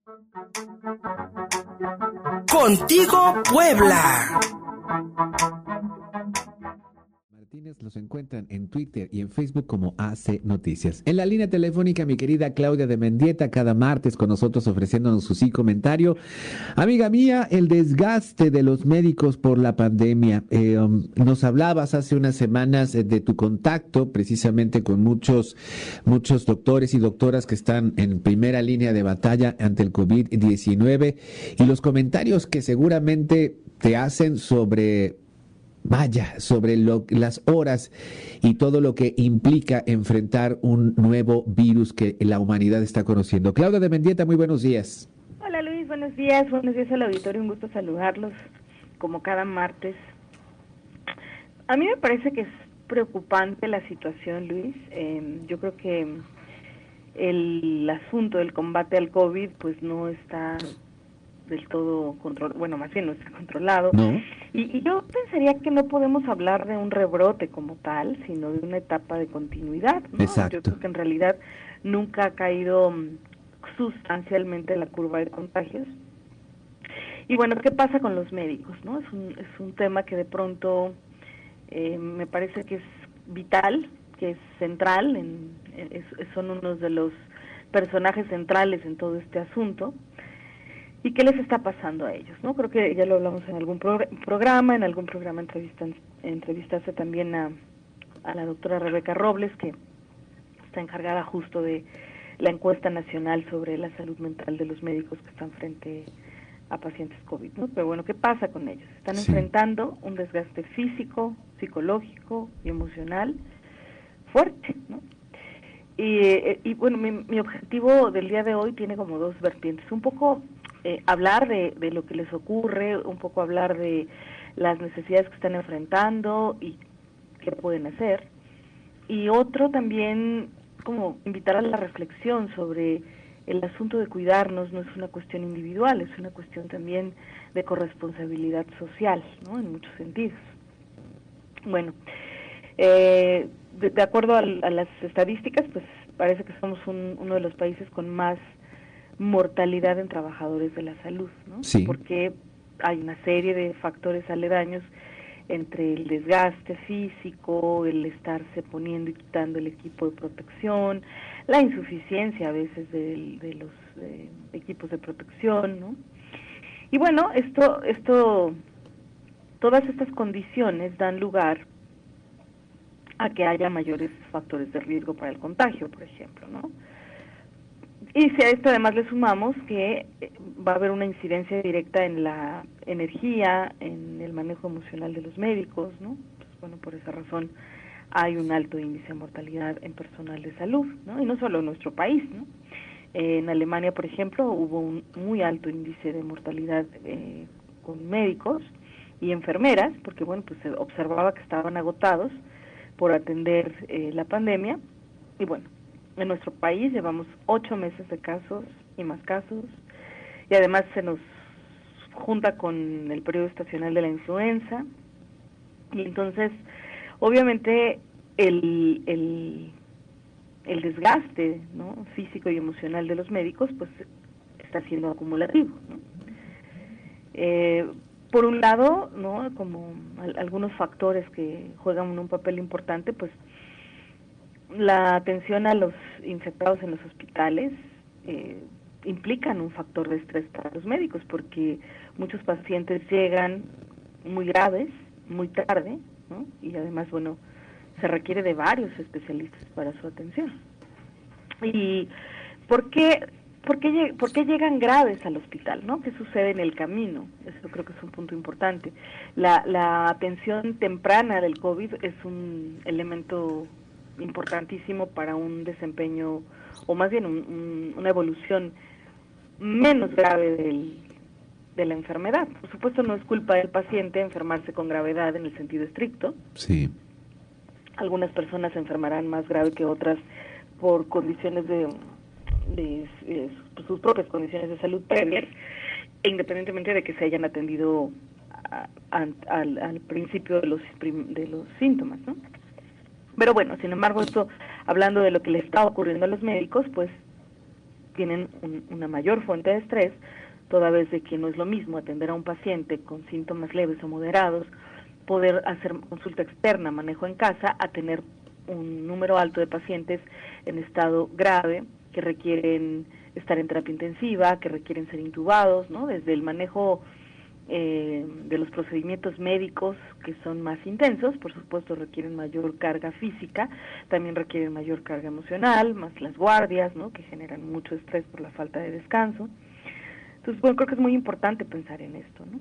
Contigo Puebla. Martínez los encuentran en Twitter y en Facebook como AC Noticias. En la línea telefónica, mi querida Claudia de Mendieta, cada martes con nosotros ofreciéndonos su sí comentario. Amiga mía, el desgaste de los médicos por la pandemia. Nos hablabas hace unas semanas de tu contacto precisamente con muchos doctores y doctoras que están en primera línea de batalla ante el COVID-19 y los comentarios que seguramente te hacen sobre las horas y todo lo que implica enfrentar un nuevo virus que la humanidad está conociendo. Claudia de Mendieta, muy buenos días. Hola Luis, buenos días al auditorio, un gusto saludarlos como cada martes. A mí me parece que es preocupante la situación, Luis. Yo creo que el asunto del combate al COVID pues no está del todo más bien no está controlado. ¿No? Y yo pensaría que no podemos hablar de un rebrote como tal, sino de una etapa de continuidad, ¿no? Exacto. Yo creo que en realidad nunca ha caído sustancialmente la curva de contagios. Y bueno, ¿qué pasa con los médicos, no? Es un tema que de pronto me parece que es vital, que es central, son unos de los personajes centrales en todo este asunto. ¿Y qué les está pasando a ellos, no? Creo que ya lo hablamos en algún programa, entrevistaste también a la doctora Rebeca Robles, que está encargada justo de la encuesta nacional sobre la salud mental de los médicos que están frente a pacientes COVID, ¿no? Pero bueno, ¿qué pasa con ellos? Están enfrentando un desgaste físico, psicológico y emocional fuerte, ¿no? Y bueno, mi objetivo del día de hoy tiene como dos vertientes. Un poco hablar de lo que les ocurre, un poco hablar de las necesidades que están enfrentando y qué pueden hacer. Y otro también como invitar a la reflexión sobre el asunto de cuidarnos. No es una cuestión individual, es una cuestión también de corresponsabilidad social, ¿no? En muchos sentidos. Bueno, de acuerdo a las estadísticas, pues parece que somos uno de los países con más mortalidad en trabajadores de la salud, ¿no? Sí. Porque hay una serie de factores aledaños entre el desgaste físico, el estarse poniendo y quitando el equipo de protección, la insuficiencia a veces de los equipos de protección, ¿no? Y bueno, todas estas condiciones dan lugar a que haya mayores factores de riesgo para el contagio, por ejemplo, ¿no? Y si a esto además le sumamos que va a haber una incidencia directa en la energía, en el manejo emocional de los médicos, ¿no? Pues bueno, por esa razón hay un alto índice de mortalidad en personal de salud, ¿no? Y no solo en nuestro país, ¿no? En Alemania, por ejemplo, hubo un muy alto índice de mortalidad con médicos y enfermeras, porque bueno, pues se observaba que estaban agotados por atender la pandemia. Y bueno, en nuestro país llevamos 8 meses de casos y más casos, y además se nos junta con el periodo estacional de la influenza, y entonces obviamente el desgaste, ¿no?, físico y emocional de los médicos pues está siendo acumulativo, ¿no? Por un lado, ¿no?, como algunos factores que juegan un papel importante, pues la atención a los infectados en los hospitales implican un factor de estrés para los médicos, porque muchos pacientes llegan muy graves, muy tarde, ¿no? Y además, bueno, se requiere de varios especialistas para su atención. ¿Y por qué llegan graves al hospital, ¿no? ¿Qué sucede en el camino? Eso creo que es un punto importante. La atención temprana del COVID es un elemento importantísimo para un desempeño, o más bien una evolución menos grave de la enfermedad. Por supuesto, no es culpa del paciente enfermarse con gravedad en el sentido estricto. Sí. Algunas personas se enfermarán más grave que otras por condiciones de sus propias condiciones de salud previas, e independientemente de que se hayan atendido al principio de los síntomas, ¿no? Pero bueno, sin embargo, esto, hablando de lo que le está ocurriendo a los médicos, pues tienen una mayor fuente de estrés, toda vez de que no es lo mismo atender a un paciente con síntomas leves o moderados, poder hacer consulta externa, manejo en casa, a tener un número alto de pacientes en estado grave que requieren estar en terapia intensiva, que requieren ser intubados, ¿no? Desde el manejo de los procedimientos médicos, que son más intensos, por supuesto requieren mayor carga física, también requieren mayor carga emocional, más las guardias, ¿no? Que generan mucho estrés por la falta de descanso. Entonces, bueno, creo que es muy importante pensar en esto, ¿no?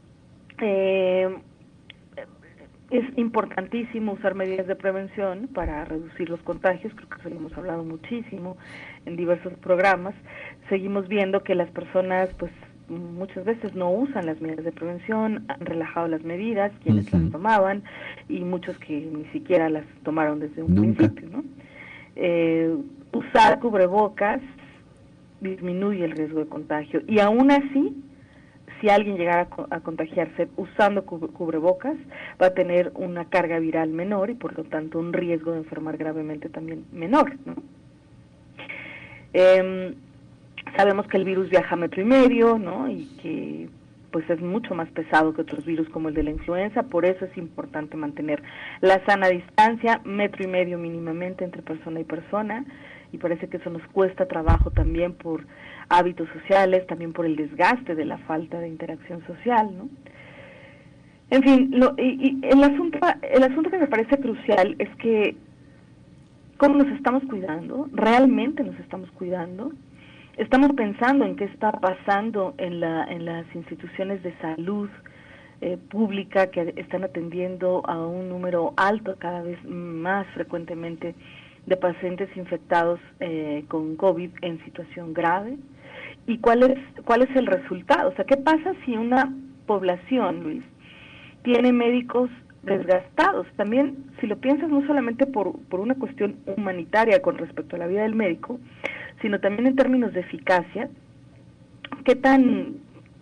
Es importantísimo usar medidas de prevención para reducir los contagios, creo que eso lo hemos hablado muchísimo en diversos programas. Seguimos viendo que las personas, pues, muchas veces no usan las medidas de prevención, han relajado las medidas, quienes las tomaban, y muchos que ni siquiera las tomaron desde un principio, ¿no? Usar cubrebocas disminuye el riesgo de contagio, y aún así, si alguien llegara a contagiarse usando cubrebocas, va a tener una carga viral menor y por lo tanto un riesgo de enfermar gravemente también menor, ¿no? Sabemos que el virus viaja 1,5 metros, ¿no? Y que pues es mucho más pesado que otros virus como el de la influenza, por eso es importante mantener la sana distancia, 1,5 metros mínimamente entre persona y persona, y parece que eso nos cuesta trabajo también por hábitos sociales, también por el desgaste de la falta de interacción social, ¿no? En fin, el asunto que me parece crucial es que cómo nos estamos cuidando, realmente nos estamos cuidando, estamos pensando en qué está pasando en las instituciones de salud pública que están atendiendo a un número alto, cada vez más frecuentemente, de pacientes infectados con COVID en situación grave. ¿Y cuál es el resultado? O sea, ¿qué pasa si una población, Luis, tiene médicos desgastados? También, si lo piensas, no solamente por una cuestión humanitaria con respecto a la vida del médico, sino también en términos de eficacia, qué tan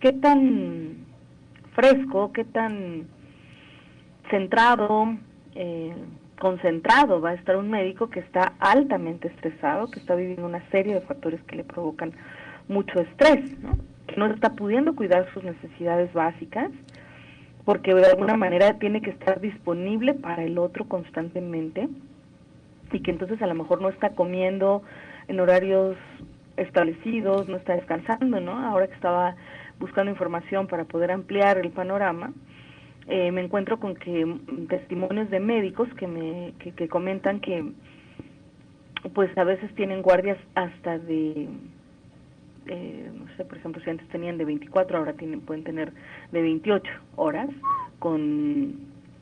fresco, qué tan centrado, concentrado va a estar un médico que está altamente estresado, que está viviendo una serie de factores que le provocan mucho estrés, ¿no? Que no está pudiendo cuidar sus necesidades básicas, porque de alguna manera tiene que estar disponible para el otro constantemente, y que entonces a lo mejor no está comiendo en horarios establecidos, no está descansando, ¿no? Ahora que estaba buscando información para poder ampliar el panorama, me encuentro con que testimonios de médicos que comentan que pues a veces tienen guardias hasta de no sé, por ejemplo, si antes tenían de 24, ahora pueden tener de 28 horas con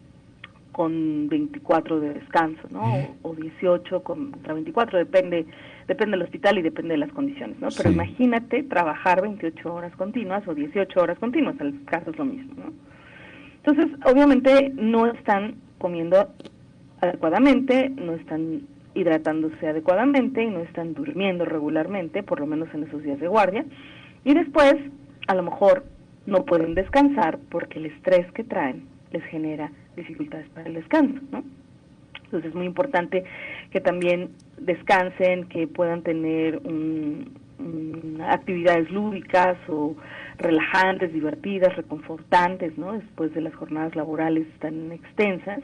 24 de descanso, ¿no? O 18 contra 24, depende del hospital y depende de las condiciones, ¿no? Pero imagínate trabajar 28 horas continuas o 18 horas continuas, en el caso es lo mismo, ¿no? Entonces, obviamente no están comiendo adecuadamente, no están hidratándose adecuadamente y no están durmiendo regularmente, por lo menos en esos días de guardia, y después a lo mejor no pueden descansar porque el estrés que traen les genera dificultades para el descanso, ¿no? Entonces es muy importante que también descansen, que puedan tener actividades lúdicas o relajantes, divertidas, reconfortantes, ¿no? Después de las jornadas laborales tan extensas.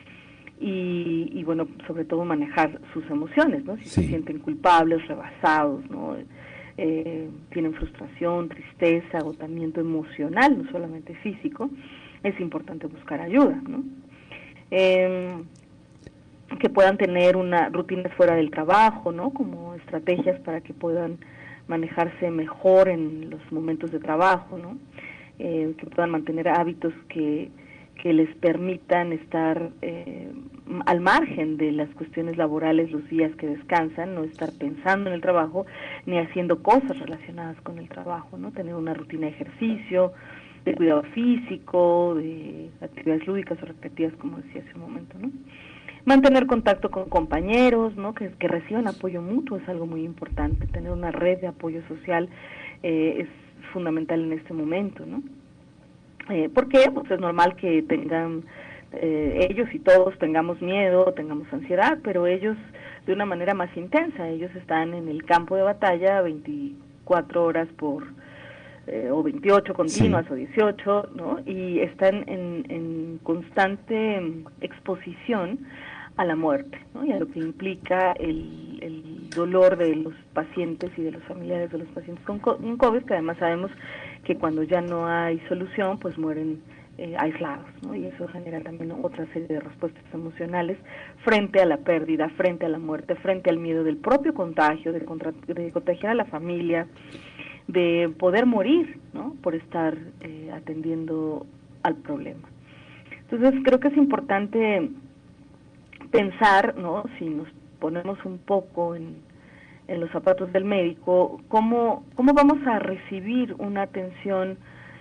Y bueno, sobre todo manejar sus emociones, ¿no? Si se sienten culpables, rebasados, ¿no? Tienen frustración, tristeza, agotamiento emocional, no solamente físico, es importante buscar ayuda, ¿no? Que puedan tener rutinas fuera del trabajo, ¿no? Como estrategias para que puedan manejarse mejor en los momentos de trabajo, ¿no? Que puedan mantener hábitos que les permitan estar al margen de las cuestiones laborales los días que descansan, no estar pensando en el trabajo ni haciendo cosas relacionadas con el trabajo, ¿no? Tener una rutina de ejercicio, de cuidado físico, de actividades lúdicas o recreativas, como decía hace un momento, ¿no? Mantener contacto con compañeros, ¿no? Que reciban apoyo mutuo es algo muy importante. Tener una red de apoyo social es fundamental en este momento, ¿no? ¿Por qué? Pues es normal que tengan ellos y todos tengamos miedo, tengamos ansiedad, pero ellos de una manera más intensa. Ellos están en el campo de batalla 24 horas o 28 continuas, sí, o 18, ¿no? Y están en constante exposición a la muerte, ¿no? Y a lo que implica el dolor de los pacientes y de los familiares de los pacientes con COVID, que además sabemos que cuando ya no hay solución, pues mueren aislados, ¿no? Y eso genera también otra serie de respuestas emocionales frente a la pérdida, frente a la muerte, frente al miedo del propio contagio, de contagiar a la familia, de poder morir, ¿no? Por estar atendiendo al problema. Entonces creo que es importante pensar, ¿no? Si nos ponemos un poco en los zapatos del médico, cómo vamos a recibir una atención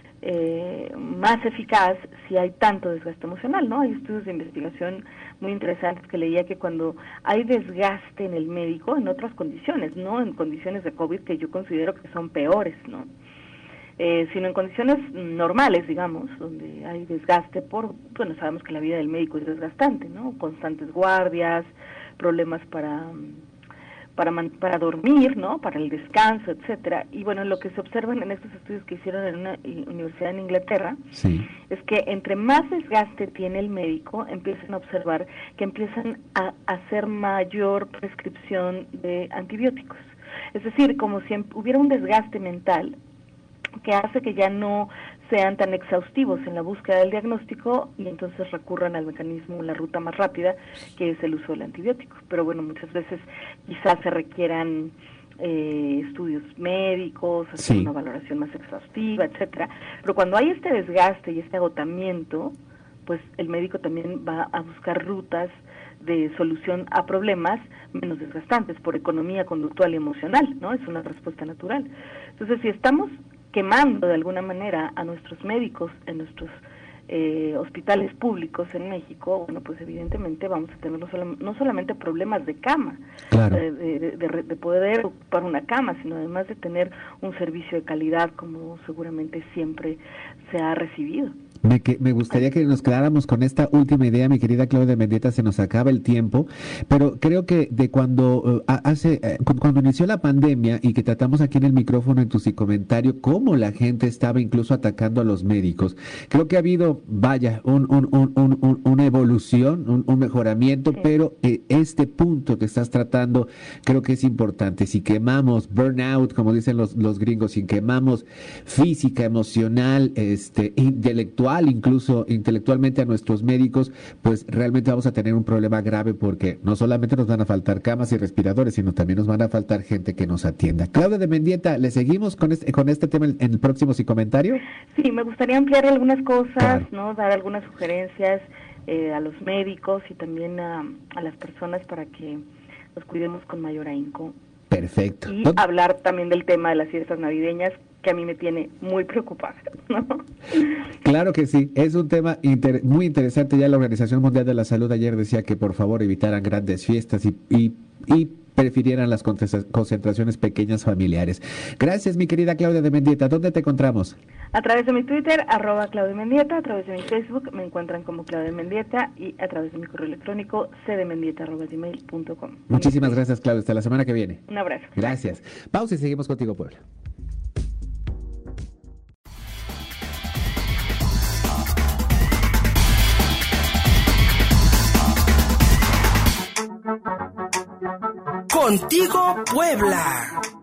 más eficaz si hay tanto desgaste emocional, ¿no? Hay estudios de investigación muy interesantes que leía que cuando hay desgaste en el médico, en otras condiciones, no en condiciones de COVID que yo considero que son peores, ¿no? Sino en condiciones normales, digamos, donde hay desgaste bueno, sabemos que la vida del médico es desgastante, ¿no? Constantes guardias, problemas para dormir, ¿no? Para el descanso, etcétera. Y bueno, lo que se observan en estos estudios que hicieron en una universidad en Inglaterra, sí, es que entre más desgaste tiene el médico, empiezan a observar que empiezan a hacer mayor prescripción de antibióticos. Es decir, como si hubiera un desgaste mental que hace que ya no sean tan exhaustivos en la búsqueda del diagnóstico y entonces recurran al mecanismo, la ruta más rápida, que es el uso del antibiótico. Pero bueno, muchas veces quizás se requieran estudios médicos, hacer una valoración más exhaustiva, etcétera. Pero cuando hay este desgaste y este agotamiento, pues el médico también va a buscar rutas de solución a problemas menos desgastantes por economía conductual y emocional, ¿no? Es una respuesta natural. Entonces, si estamos quemando de alguna manera a nuestros médicos en nuestros hospitales públicos en México, bueno, pues evidentemente vamos a tener no solamente problemas de cama, claro, de poder ocupar una cama, sino además de tener un servicio de calidad como seguramente siempre se ha recibido. Me gustaría que nos quedáramos con esta última idea, mi querida Claudia Mendieta, se nos acaba el tiempo, pero creo que de cuando inició la pandemia y que tratamos aquí en el micrófono en tu comentario cómo la gente estaba incluso atacando a los médicos, creo que ha habido, una evolución, un mejoramiento, sí, pero este punto que estás tratando creo que es importante. Si quemamos burnout, como dicen los gringos, si quemamos física, emocional, intelectual, incluso intelectualmente a nuestros médicos, pues realmente vamos a tener un problema grave porque no solamente nos van a faltar camas y respiradores, sino también nos van a faltar gente que nos atienda. Claudia de Mendieta, ¿le seguimos con este tema en el próximo comentario? Sí, me gustaría ampliar algunas cosas, claro, ¿no? Dar algunas sugerencias a los médicos y también a las personas para que los cuidemos con mayor ahínco. Perfecto. Y hablar también del tema de las fiestas navideñas, que a mí me tiene muy preocupada, ¿no? Claro que sí, es un tema muy interesante. Ya la Organización Mundial de la Salud ayer decía que por favor evitaran grandes fiestas y prefirieran las concentraciones pequeñas familiares. Gracias, mi querida Claudia de Mendieta. ¿Dónde te encontramos? A través de mi Twitter, @Claudia Mendieta, a través de mi Facebook, me encuentran como Claudia Mendieta y a través de mi correo electrónico, cdmendieta@gmail.com. Muchísimas gracias, Claudia. Hasta la semana que viene. Un abrazo. Gracias. Pausa y seguimos contigo, Puebla. Contigo Puebla.